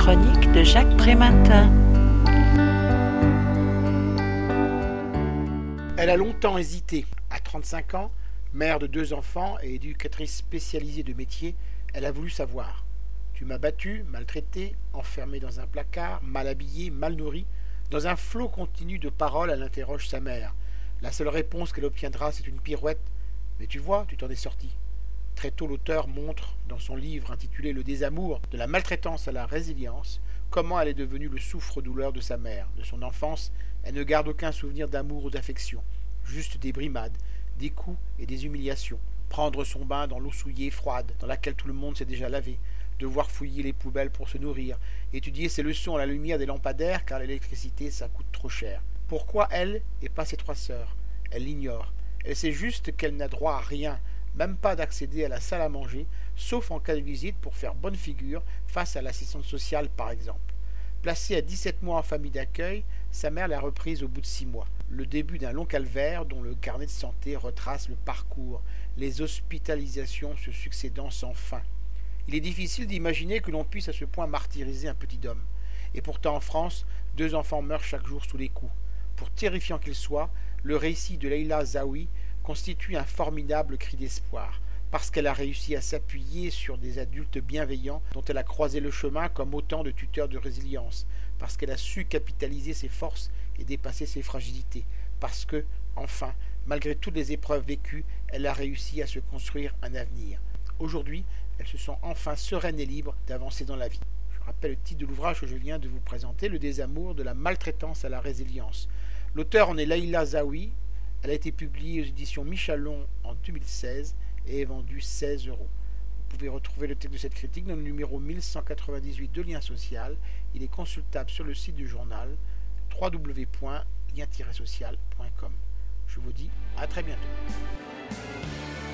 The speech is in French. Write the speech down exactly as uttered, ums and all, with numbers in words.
chroniques de Jacques Prématin. Elle a longtemps hésité. À trente-cinq ans, mère de deux enfants et éducatrice spécialisée de métier, elle a voulu savoir. Tu m'as battu, maltraité, enfermé dans un placard, mal habillé, mal nourri. Dans un flot continu de paroles, elle interroge sa mère. La seule réponse qu'elle obtiendra, c'est une pirouette. Mais tu vois, tu t'en es sorti. Très tôt, l'auteur montre, dans son livre intitulé Le désamour, de la maltraitance à la résilience, comment elle est devenue le souffre-douleur de sa mère. De son enfance, elle ne garde aucun souvenir d'amour ou d'affection, juste des brimades, des coups et des humiliations. Prendre son bain dans l'eau souillée, froide, dans laquelle tout le monde s'est déjà lavé, devoir fouiller les poubelles pour se nourrir, étudier ses leçons à la lumière des lampadaires car l'électricité ça coûte trop cher. Pourquoi elle et pas ses trois sœurs? Elle l'ignore. Elle sait juste qu'elle n'a droit à rien, même pas d'accéder à la salle à manger, sauf en cas de visite pour faire bonne figure face à l'assistante sociale par exemple. Placée à dix-sept mois en famille d'accueil, sa mère l'a reprise au bout de six mois. Le début d'un long calvaire dont le carnet de santé retrace le parcours, les hospitalisations se succédant sans fin. Il est difficile d'imaginer que l'on puisse à ce point martyriser un petit homme. Et pourtant en France, deux enfants meurent chaque jour sous les coups. Pour terrifiant qu'il soit, le récit de Leïla Zaoui constitue un formidable cri d'espoir, parce qu'elle a réussi à s'appuyer sur des adultes bienveillants dont elle a croisé le chemin comme autant de tuteurs de résilience, parce qu'elle a su capitaliser ses forces et dépasser ses fragilités, parce que, enfin, malgré toutes les épreuves vécues, elle a réussi à se construire un avenir. Aujourd'hui, elle se sent enfin sereine et libre d'avancer dans la vie. Je rappelle le titre de l'ouvrage que je viens de vous présenter, Le désamour, de la maltraitance à la résilience. L'auteur en est Leïla Zaoui. Elle a été publiée aux éditions Michalon en deux mille seize et est vendue seize euros. Vous pouvez retrouver le texte de cette critique dans le numéro mille cent quatre-vingt-dix-huit de Lien Social. Il est consultable sur le site du journal w w w point lien tiret social point com. Je vous dis à très bientôt.